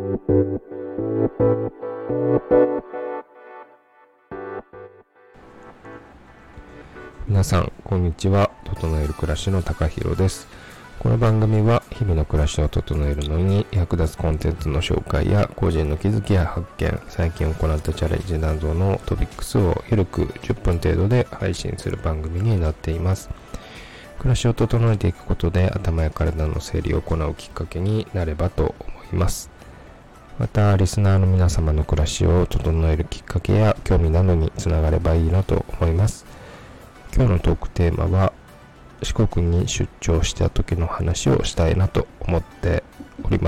皆さんこんにちは。整える暮らしの高弘です。この番組は日々の暮らしを整えるのに役立つコンテンツの紹介や個人の気づきや発見、最近行ったチャレンジなどのトピックスをゆるく10分程度で配信する番組になっています。暮らしを整えていくことで頭や体の整理を行うきっかけになればと思います。またリスナーの皆様の暮らしを整えるきっかけや興味などにつながればいいなと思います。今日のトークテーマは四国に出張した時の話をしたいなと思っております。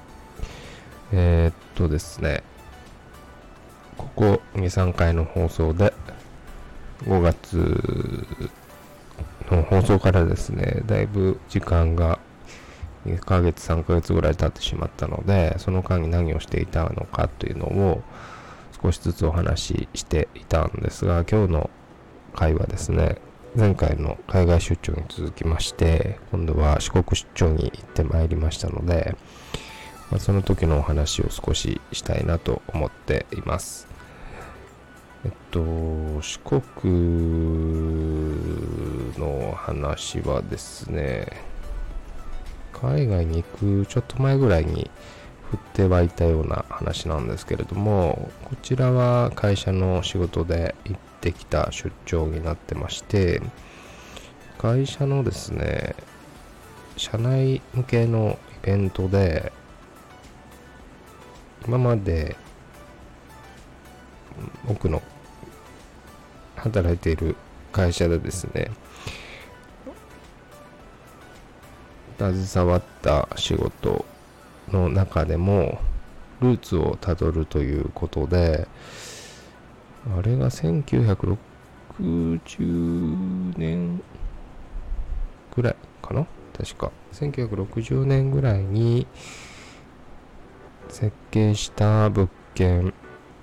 ですね、ここ 2,3 回の放送で5月の放送からですね、だいぶ時間が2ヶ月3ヶ月ぐらい経ってしまったので、その間に何をしていたのかというのを少しずつお話ししていたんですが、今日の回はですね、前回の海外出張に続きまして、今度は四国出張に行ってまいりましたので、その時のお話を少ししたいなと思っています。四国の話はですね、海外に行くちょっと前ぐらいに振ってはいたような話なんですけれども、こちらは会社の仕事で行ってきた出張になってまして、会社のですね、社内向けのイベントで、今まで僕の働いている会社でですね、携わった仕事の中でもルーツをたどるということで、あれが1960年ぐらいかな、確か1960年ぐらいに設計した物件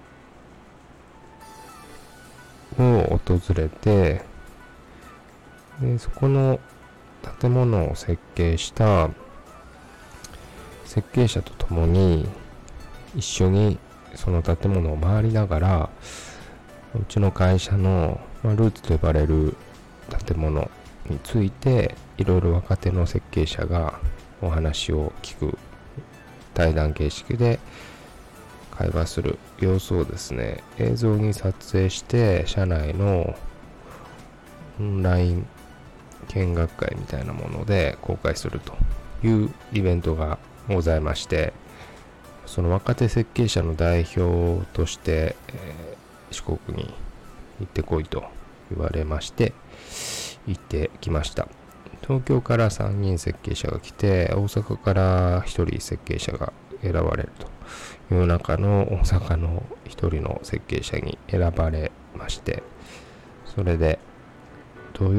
を訪れて、でそこの建物を設計した設計者と共に一緒にその建物を回りながら、うちの会社の、ルーツと呼ばれる建物についていろいろ若手の設計者がお話を聞く対談形式で会話する様子をですね、映像に撮影して社内のオンライン見学会みたいなもので公開するというイベントがございまして、その若手設計者の代表として、四国に行ってこいと言われまして行ってきました。東京から3人設計者が来て、大阪から1人設計者が選ばれるという中の大阪の1人の設計者に選ばれまして、それで月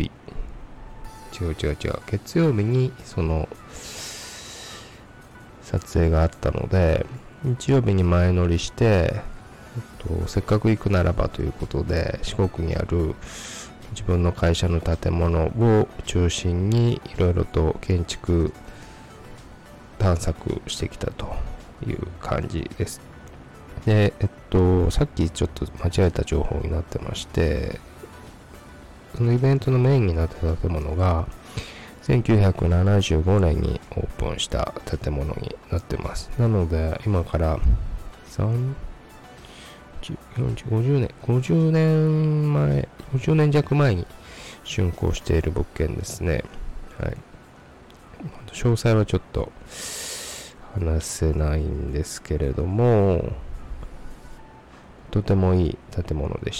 曜日にその撮影があったので、日曜日に前乗りして、せっかく行くならばということで、四国にある自分の会社の建物を中心にいろいろと建築探索してきたという感じです。で、さっきちょっと間違えた情報になってまして、そのイベントのメインになった建物が1975年にオープンした建物になってます。なので今から50年弱前に竣工している物件ですね。はい。詳細はちょっと話せないんですけれども、とてもいい建物でした。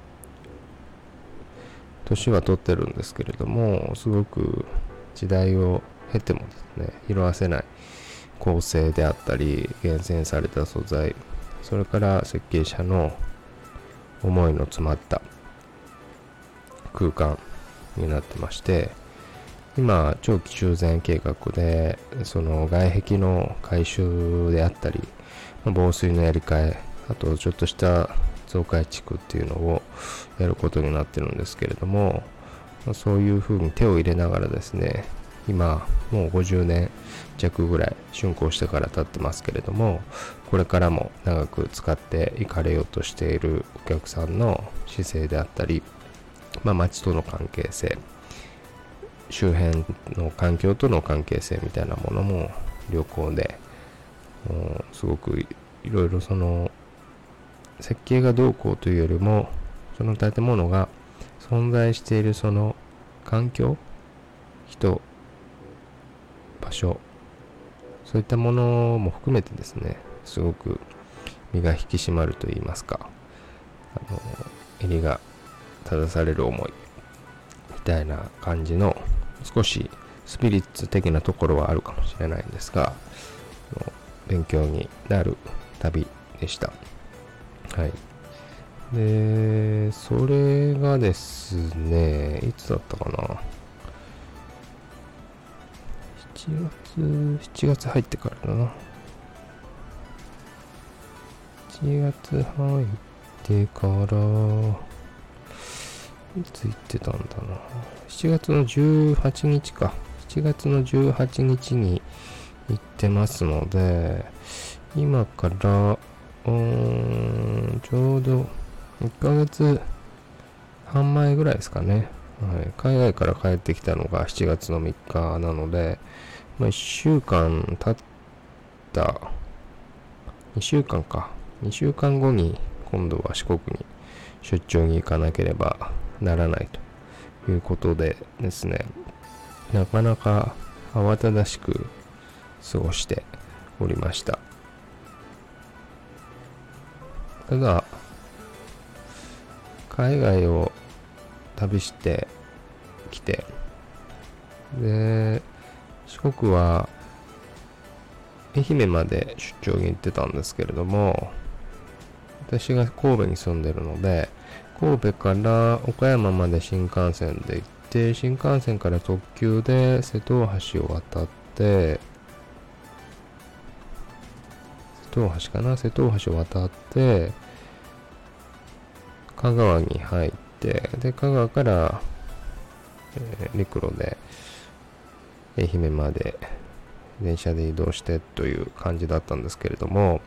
年は取ってるんですけれども、すごく時代を経てもですね、色褪せない構成であったり、厳選された素材、それから設計者の思いの詰まった空間になってまして、今長期修繕計画でその外壁の改修であったり、防水のやり替え、あとちょっとした増改築っていうのをやることになってるんですけれども、そういう風に手を入れながらですね、 今もう50年弱ぐらい竣工してから経ってますけれども、これからも長く使っていかれようとしているお客さんの姿勢であったり、街との関係性、周辺の環境との関係性みたいなものも良好で、すごくいろいろその設計がどうこうというよりも、その建物が存在しているその環境、人、場所、そういったものも含めてですね、すごく身が引き締まるといいますか、襟が正される思いみたいな感じの少しスピリッツ的なところはあるかもしれないんですが、勉強になる旅でした。はい。で、それがですね、いつだったかな。7月入ってからだな。7月入ってから、いつ行ってたんだな。7月の18日か。7月の18日に行ってますので、今から、ちょうど1ヶ月半前ぐらいですかね。はい、海外から帰ってきたのが7月の3日なので、1週間経った、2週間か。2週間後に今度は四国に出張に行かなければならないということでですね、なかなか慌ただしく過ごしておりました。ただ、海外を旅してきて、で、四国は愛媛まで出張に行ってたんですけれども、私が神戸に住んでるので、神戸から岡山まで新幹線で行って、新幹線から特急で瀬戸大橋を渡って、瀬戸大橋を渡って、香川に入って、で、香川から、陸路で愛媛まで電車で移動してという感じだったんですけれども、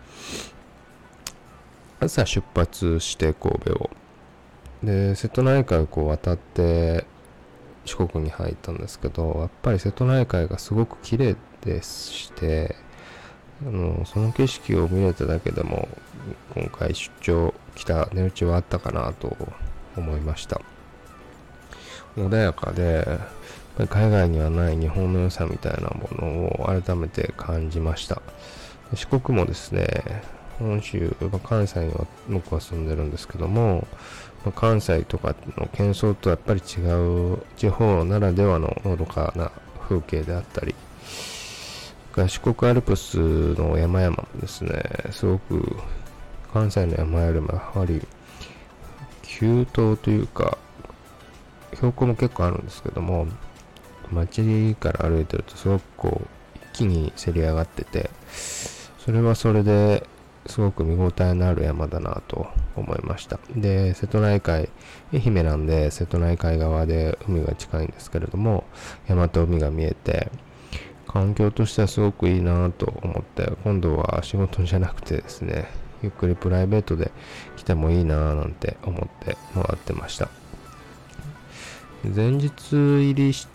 朝出発して神戸を、で、瀬戸内海をこう渡って四国に入ったんですけど、やっぱり瀬戸内海がすごく綺麗でして、その景色を見れただけでも今回出張来た値打ちはあったかなと思いました。穏やかで、やっぱり海外にはない日本の良さみたいなものを改めて感じました。四国もですね、本州、関西には僕は住んでるんですけども、関西とかの喧騒とやっぱり違う地方ならではののどかな風景であったり、四国アルプスの山々もですね、すごく関西の山よりもやはり急登というか、標高も結構あるんですけども、街から歩いてるとすごくこう一気にせり上がってて、それはそれですごく見応えのある山だなと思いました。で、瀬戸内海、愛媛なんで瀬戸内海側で海が近いんですけれども、山と海が見えて、環境としてはすごくいいなと思って、今度は仕事じゃなくてですね、ゆっくりプライベートで来てもいいななんて思って回ってました。前日入りして、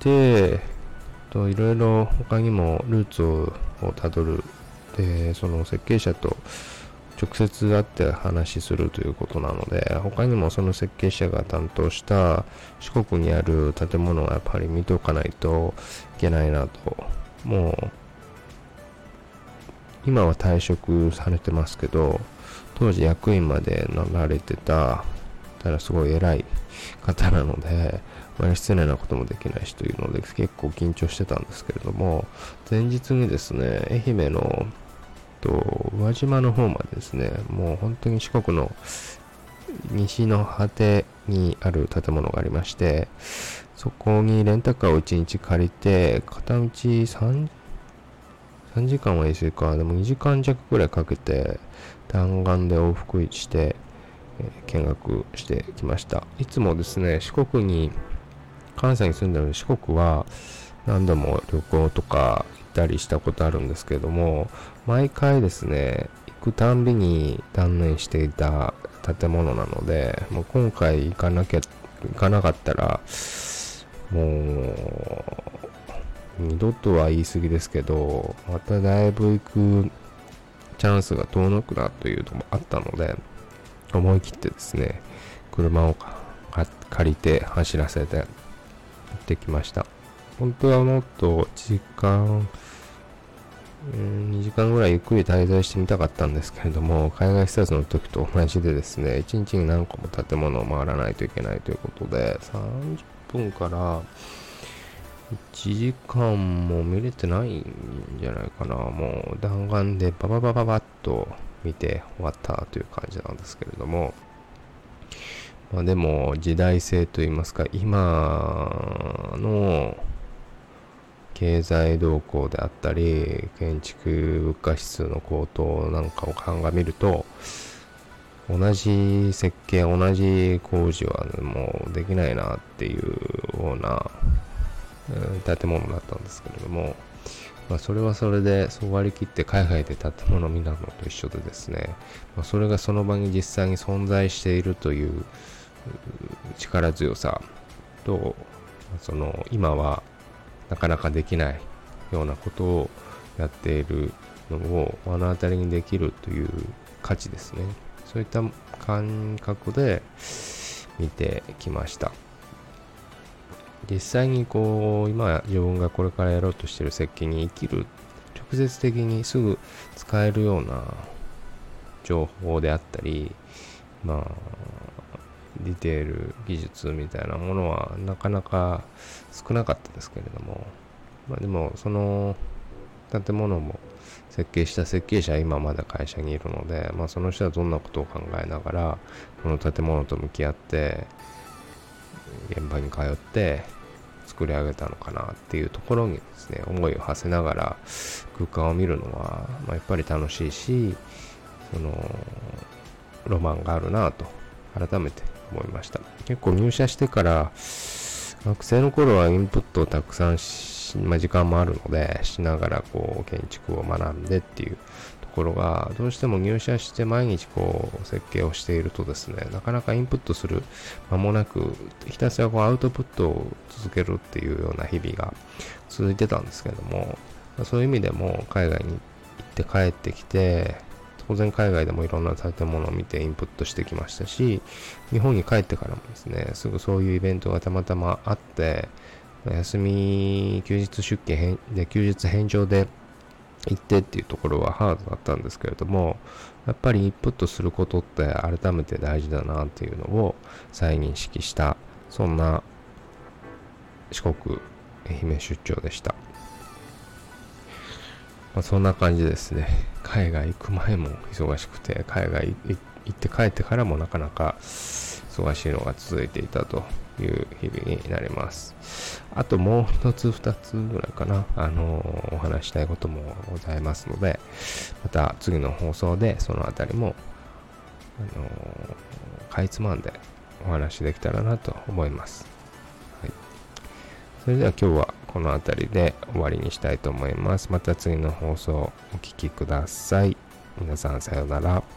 いろいろ他にもルーツをたどる。で、その設計者と直接会って話するということなので、他にもその設計者が担当した四国にある建物はやっぱり見ておかないといけないなと。もう今は退職されてますけど、当時役員までなられてたらすごい偉い方なので、失礼なこともできないしというので結構緊張してたんですけれども、前日にですね、愛媛の宇和島の方までですね、もう本当に四国の西の果てにある建物がありまして、そこにレンタカーを1日借りて、片道3時間は言い過ぎか、でも2時間弱くらいかけて弾丸で往復して、見学してきました。いつもですね、関西に住んでる四国は何度も旅行とか行ったりしたことあるんですけれども、毎回ですね、行くたんびに断念していた建物なので、もう今回行かなかったら、もう、二度とは言い過ぎですけど、まただいぶ行くチャンスが遠のくなというのもあったので、思い切ってですね、車を借りて走らせて行ってきました。本当はもっと1時間、2時間ぐらいゆっくり滞在してみたかったんですけれども、海外視察の時と同じでですね、1日に何個も建物を回らないといけないということで、30分から1時間も見れてないんじゃないかな。もう弾丸でバババババッと見て終わったという感じなんですけれども、まあでも時代性といいますか、今の経済動向であったり、建築物価指数の高騰なんかを鑑みると、同じ設計、同じ工事はもうできないなっていうような建物だったんですけれども、まあ、それはそれでそう割り切って海外で建物を見たのと一緒でですね、まあ、それがその場に実際に存在しているという力強さと、その今はなかなかできないようなことをやっているのを目の当たりにできるという価値ですね。そういった感覚で見てきました。実際に今自分がこれからやろうとしている設計に生きる、直接的にすぐ使えるような情報であったり、まあディテール技術みたいなものはなかなか少なかったですけれども、まあでもその建物も設計した設計者は今まだ会社にいるので、まあその人はどんなことを考えながらこの建物と向き合って現場に通って作り上げたのかなっていうところにですね、思いを馳せながら空間を見るのは、まあ、やっぱり楽しいし、そのロマンがあるなと改めて思いました。結構入社してから学生の頃はインプットをたくさん時間もあるのでしながら建築を学んでっていうところが、どうしても入社して毎日設計をしているとですね、なかなかインプットする間もなくひたすらアウトプットを続けるっていうような日々が続いてたんですけれども、そういう意味でも海外に行って帰ってきて、当然海外でもいろんな建物を見てインプットしてきましたし、日本に帰ってからもですね、すぐそういうイベントがたまたまあって、休み休日出勤で休日返上で行ってっていうところはハードだったんですけれども、やっぱりインプットすることって改めて大事だなっていうのを再認識した、そんな四国愛媛出張でした。まあ、そんな感じですね。海外行く前も忙しくて、海外行って帰ってからもなかなか忙しいのが続いていたという日々になります。あともう一つ二つぐらいかな、お話したいこともございますので、また次の放送でそのあたりもかいつまんでお話できたらなと思います。はい、それでは今日はこのあたりで終わりにしたいと思います。また次の放送お聞きください。皆さんさようなら。